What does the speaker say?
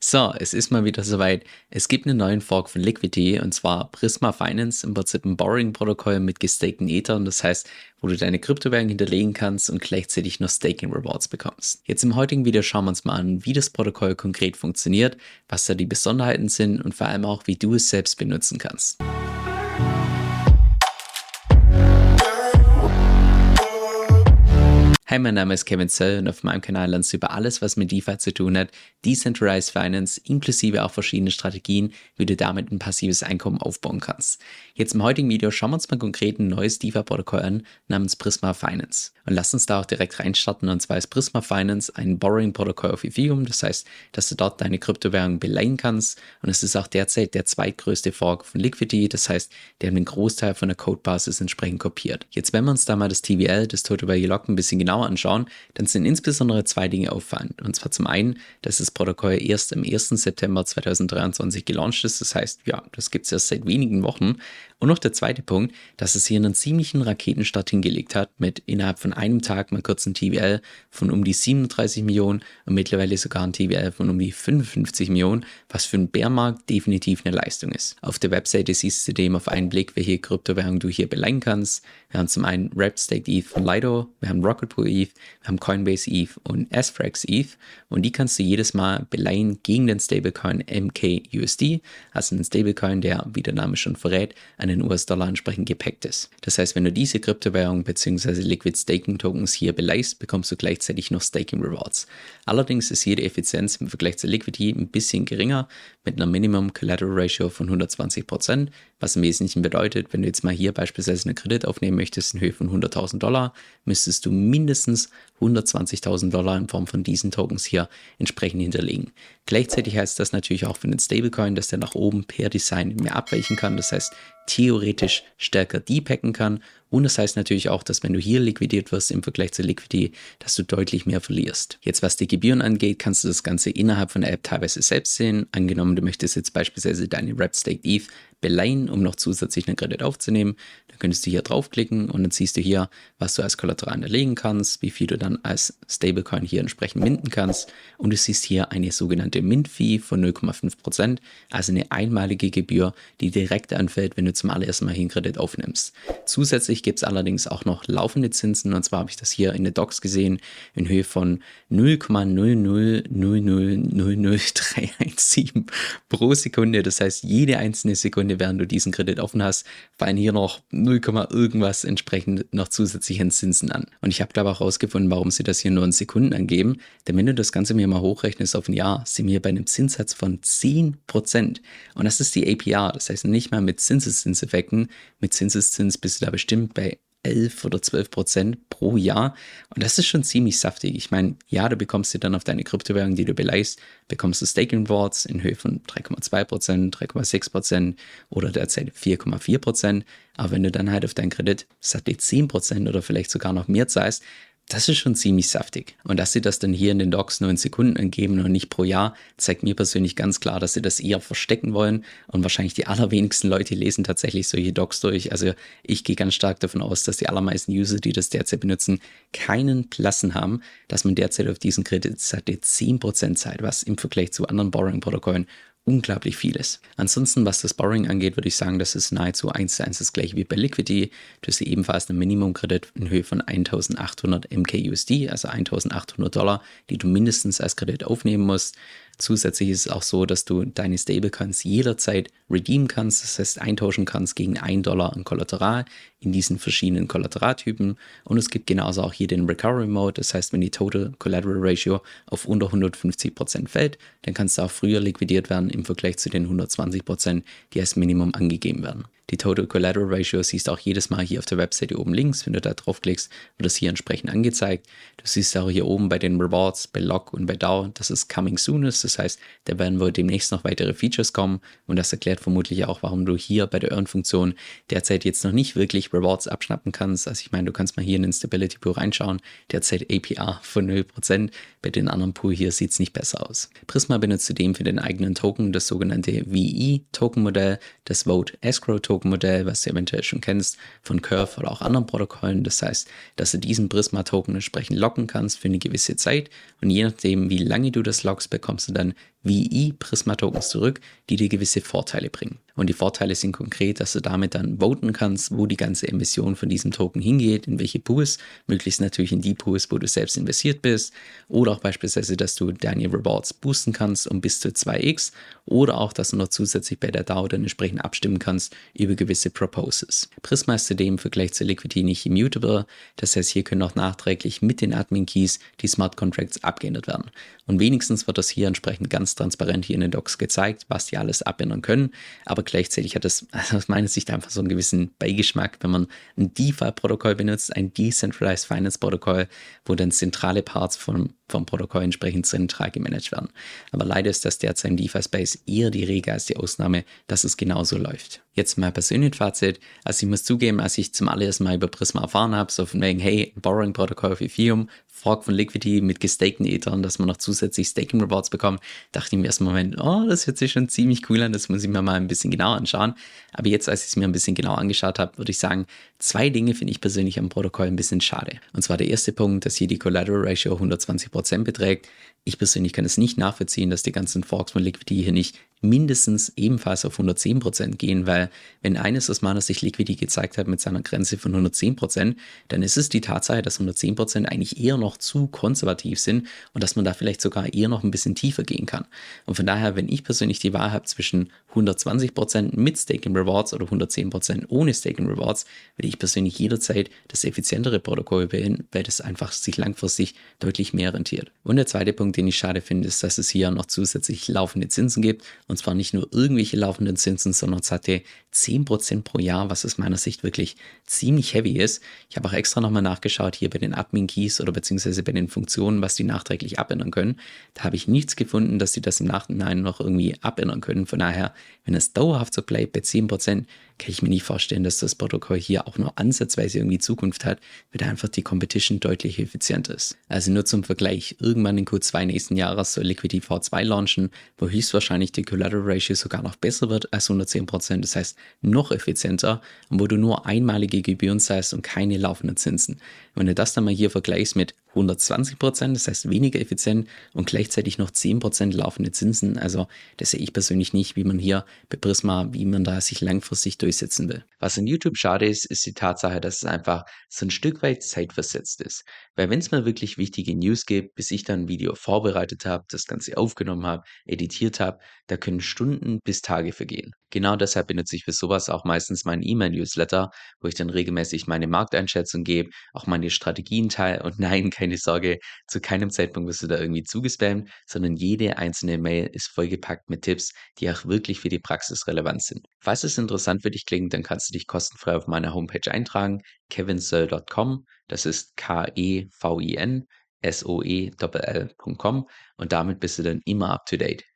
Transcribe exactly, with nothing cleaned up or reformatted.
So, es ist mal wieder soweit. Es gibt einen neuen Fork von Liquidity und zwar Prisma Finance, im Prinzip ein Borrowing-Protokoll mit gestakten Ethern. Das heißt, wo du deine Kryptowährung hinterlegen kannst und gleichzeitig noch Staking Rewards bekommst. Jetzt im heutigen Video schauen wir uns mal an, wie das Protokoll konkret funktioniert, was da die Besonderheiten sind und vor allem auch, wie du es selbst benutzen kannst. Hi, mein Name ist Kevin Zöll und auf meinem Kanal lernst du über alles, was mit DeFi zu tun hat, Decentralized Finance, inklusive auch verschiedene Strategien, wie du damit ein passives Einkommen aufbauen kannst. Jetzt im heutigen Video schauen wir uns mal konkret ein neues DeFi-Protokoll an, namens Prisma Finance. Und lass uns da auch direkt reinstarten, und zwar ist Prisma Finance ein Borrowing-Protokoll auf Ethereum, das heißt, dass du dort deine Kryptowährung beleihen kannst, und es ist auch derzeit der zweitgrößte Fork von Liquidity, das heißt, die haben den Großteil von der Codebasis entsprechend kopiert. Jetzt, wenn wir uns da mal das T V L, das Total Value Lock, ein bisschen genauer anschauen, dann sind insbesondere zwei Dinge auffallend. Und zwar zum einen, dass das Protokoll erst am ersten September zweitausenddreiundzwanzig gelauncht ist. Das heißt, ja, das gibt es erst seit wenigen Wochen. Und noch der zweite Punkt, dass es hier einen ziemlichen Raketenstart hingelegt hat, mit innerhalb von einem Tag mal kurz ein T V L von um die siebenunddreißig Millionen und mittlerweile sogar ein T V L von um die fünfundfünfzig Millionen, was für einen Bärmarkt definitiv eine Leistung ist. Auf der Webseite siehst du zudem auf einen Blick, welche Kryptowährung du hier beleihen kannst. Wir haben zum einen Wrapped Staked E T H von Lido, wir haben Rocket Pool E T H, wir haben Coinbase E T H und S-Frax E T H, und die kannst du jedes Mal beleihen gegen den Stablecoin M K U S D, also einen Stablecoin, der, wie der Name schon verrät, an den U S-Dollar entsprechend gepackt ist. Das heißt, wenn du diese Kryptowährung bzw. Liquid Staking Tokens hier beleihst, bekommst du gleichzeitig noch Staking Rewards. Allerdings ist hier die Effizienz im Vergleich zur Liquidity ein bisschen geringer, mit einer Minimum Collateral Ratio von hundertzwanzig Prozent, was im Wesentlichen bedeutet, wenn du jetzt mal hier beispielsweise einen Kredit aufnehmen möchtest in Höhe von hunderttausend Dollar, müsstest du mindestens hundertzwanzigtausend Dollar in Form von diesen Tokens hier entsprechend hinterlegen. Gleichzeitig heißt das natürlich auch für den Stablecoin, dass der nach oben per Design mehr abweichen kann, das heißt theoretisch stärker depacken kann, und das heißt natürlich auch, dass wenn du hier liquidiert wirst im Vergleich zur Liquidity, dass du deutlich mehr verlierst. Jetzt, was die Gebühren angeht, kannst du das Ganze innerhalb von der App teilweise selbst sehen. Angenommen, du möchtest jetzt beispielsweise deine Wrapped Staked E T H beleihen, um noch zusätzlich einen Kredit aufzunehmen, dann könntest du hier draufklicken und dann siehst du hier, was du als Kollateral hinterlegen kannst, wie viel du dann als Stablecoin hier entsprechend minten kannst, und du siehst hier eine sogenannte Mint-Fee von null Komma fünf Prozent, also eine einmalige Gebühr, die direkt anfällt, wenn du zum allerersten Mal hier einen Kredit aufnimmst. Zusätzlich gibt es allerdings auch noch laufende Zinsen, und zwar habe ich das hier in der Docs gesehen, in Höhe von null Komma null null null null null null drei eins sieben pro Sekunde. Das heißt, jede einzelne Sekunde, während du diesen Kredit offen hast, fallen hier noch null, irgendwas entsprechend noch zusätzlichen Zinsen an. Und ich habe, glaube ich, auch herausgefunden, warum sie das hier nur in Sekunden angeben. Denn wenn du das Ganze mir mal hochrechnest auf ein Jahr, sind wir bei einem Zinssatz von zehn Prozent. Und das ist die A P R. Das heißt nicht mal mit Zinseszinseffekten. Mit Zinseszins bist du da bestimmt bei elf oder zwölf Prozent pro Jahr. Und das ist schon ziemlich saftig. Ich meine, ja, du bekommst dir dann auf deine Kryptowährung, die du beleihst, bekommst du Staking Rewards in Höhe von drei Komma zwei Prozent, drei Komma sechs Prozent oder derzeit vier Komma vier Prozent. Aber wenn du dann halt auf deinen Kredit satte zehn Prozent oder vielleicht sogar noch mehr zahlst, das ist schon ziemlich saftig. Und dass sie das dann hier in den Docs nur in Sekunden angeben und nicht pro Jahr, zeigt mir persönlich ganz klar, dass sie das eher verstecken wollen. Und wahrscheinlich die allerwenigsten Leute lesen tatsächlich solche Docs durch. Also ich gehe ganz stark davon aus, dass die allermeisten User, die das derzeit benutzen, keinen Plassen haben, dass man derzeit auf diesen Kredit zehn Prozent zahlt, was im Vergleich zu anderen Borrowing-Protokollen unglaublich viel ist. Ansonsten, was das Borrowing angeht, würde ich sagen, das ist nahezu eins zu eins das gleiche wie bei Liquidity. Du hast hier ebenfalls einen Minimumkredit in Höhe von eintausendachthundert M K U S D, also eintausendachthundert Dollar, die du mindestens als Kredit aufnehmen musst. Zusätzlich ist es auch so, dass du deine Stablecoins jederzeit redeemen kannst, das heißt eintauschen kannst gegen einen Dollar an Kollateral in diesen verschiedenen Kollateraltypen. Und es gibt genauso auch hier den Recovery Mode, das heißt, wenn die Total Collateral Ratio auf unter hundertfünfzig Prozent fällt, dann kannst du auch früher liquidiert werden im Vergleich zu den hundertzwanzig Prozent, die als Minimum angegeben werden. Die Total Collateral Ratio siehst du auch jedes Mal hier auf der Webseite oben links. Wenn du da draufklickst, wird das hier entsprechend angezeigt. Du siehst auch hier oben bei den Rewards, bei Lock und bei D A O, dass es Coming Soon ist. Das heißt, da werden wohl demnächst noch weitere Features kommen. Und das erklärt vermutlich auch, warum du hier bei der Earn-Funktion derzeit jetzt noch nicht wirklich Rewards abschnappen kannst. Also ich meine, du kannst mal hier in den Stability Pool reinschauen. Derzeit A P R von null Prozent. Bei den anderen Pool hier sieht es nicht besser aus. Prisma benutzt zudem für den eigenen Token das sogenannte V E-Token-Modell, das Vote Escrow Token Token-Modell, was du eventuell schon kennst von Curve oder auch anderen Protokollen. Das heißt, dass du diesen Prisma-Token entsprechend locken kannst für eine gewisse Zeit und je nachdem, wie lange du das lockst, bekommst du dann V E-Prisma-Tokens zurück, die dir gewisse Vorteile bringen. Und die Vorteile sind konkret, dass du damit dann voten kannst, wo die ganze Emission von diesem Token hingeht, in welche Pools, möglichst natürlich in die Pools, wo du selbst investiert bist, oder auch beispielsweise, dass du deine Rewards boosten kannst um bis zu zwei x oder auch, dass du noch zusätzlich bei der DAO dann entsprechend abstimmen kannst über gewisse Proposes. Prisma ist zudem im Vergleich zu Liquidity nicht immutable, das heißt, hier können auch nachträglich mit den Admin-Keys die Smart Contracts abgeändert werden. Und wenigstens wird das hier entsprechend ganz transparent hier in den Docs gezeigt, was die alles abändern können, aber gleichzeitig hat das aus meiner Sicht einfach so einen gewissen Beigeschmack, wenn man ein DeFi-Protokoll benutzt, ein Decentralized Finance-Protokoll, wo dann zentrale Parts vom, vom Protokoll entsprechend zentral gemanagt werden. Aber leider ist das derzeit im DeFi-Space eher die Regel als die Ausnahme, dass es genauso läuft. Jetzt mal persönlich Fazit. Also ich muss zugeben, als ich zum allerersten Mal über Prisma erfahren habe, so von wegen, hey, ein Borrowing-Protokoll auf Ethereum, Fork von Liquidity mit gestakten Ethern, dass man noch zusätzlich Staking Rewards bekommt, dachte ich im ersten Moment, oh, das hört sich schon ziemlich cool an, das muss ich mir mal ein bisschen genauer anschauen. Aber jetzt, als ich es mir ein bisschen genauer angeschaut habe, würde ich sagen, zwei Dinge finde ich persönlich am Protokoll ein bisschen schade. Und zwar der erste Punkt, dass hier die Collateral Ratio hundertzwanzig Prozent beträgt. Ich persönlich kann es nicht nachvollziehen, dass die ganzen Forks von Liquidity hier nicht mindestens ebenfalls auf hundertzehn Prozent gehen, weil wenn eines aus meiner Sicht Liquidity gezeigt hat mit seiner Grenze von hundertzehn Prozent, dann ist es die Tatsache, dass hundertzehn Prozent eigentlich eher noch zu konservativ sind und dass man da vielleicht sogar eher noch ein bisschen tiefer gehen kann. Und von daher, wenn ich persönlich die Wahl habe zwischen hundertzwanzig Prozent mit Staking Rewards oder hundertzehn Prozent ohne Staking Rewards, würde ich persönlich jederzeit das effizientere Protokoll wählen, weil das einfach sich langfristig deutlich mehr rentiert. Und der zweite Punkt, den ich schade finde, ist, dass es hier noch zusätzlich laufende Zinsen gibt. Und zwar nicht nur irgendwelche laufenden Zinsen, sondern es hatte zehn Prozent pro Jahr, was aus meiner Sicht wirklich ziemlich heavy ist. Ich habe auch extra nochmal nachgeschaut hier bei den Admin-Keys oder beziehungsweise bei den Funktionen, was die nachträglich abändern können. Da habe ich nichts gefunden, dass sie das im Nachhinein noch irgendwie abändern können. Von daher, wenn es dauerhaft so bleibt bei zehn Prozent, kann ich mir nicht vorstellen, dass das Protokoll hier auch nur ansatzweise irgendwie Zukunft hat, weil einfach die Competition deutlich effizienter ist. Also nur zum Vergleich, irgendwann in Q zwei nächsten Jahres soll Liquidity V zwei launchen, wo höchstwahrscheinlich die Collateral Ratio sogar noch besser wird als hundertzehn Prozent, das heißt noch effizienter und wo du nur einmalige Gebühren zahlst und keine laufenden Zinsen. Wenn du das dann mal hier vergleichst mit hundertzwanzig Prozent, das heißt weniger effizient und gleichzeitig noch zehn Prozent laufende Zinsen. Also das sehe ich persönlich nicht, wie man hier bei Prisma, wie man da sich langfristig durchsetzen will. Was in YouTube schade ist, ist die Tatsache, dass es einfach so ein Stück weit zeitversetzt ist. Weil wenn es mal wirklich wichtige News gibt, bis ich dann ein Video vorbereitet habe, das Ganze aufgenommen habe, editiert habe, da können Stunden bis Tage vergehen. Genau deshalb benutze ich für sowas auch meistens meinen E-Mail-Newsletter, wo ich dann regelmäßig meine Markteinschätzung gebe, auch meine Strategien teile und nein, keine Sorge, zu keinem Zeitpunkt wirst du da irgendwie zugespammt, sondern jede einzelne Mail ist vollgepackt mit Tipps, die auch wirklich für die Praxis relevant sind. Falls es interessant für dich klingt, dann kannst du dich kostenfrei auf meiner Homepage eintragen, kevinsoe Punkt com, das ist K E V I N S O E L L Punkt com und damit bist du dann immer up to date.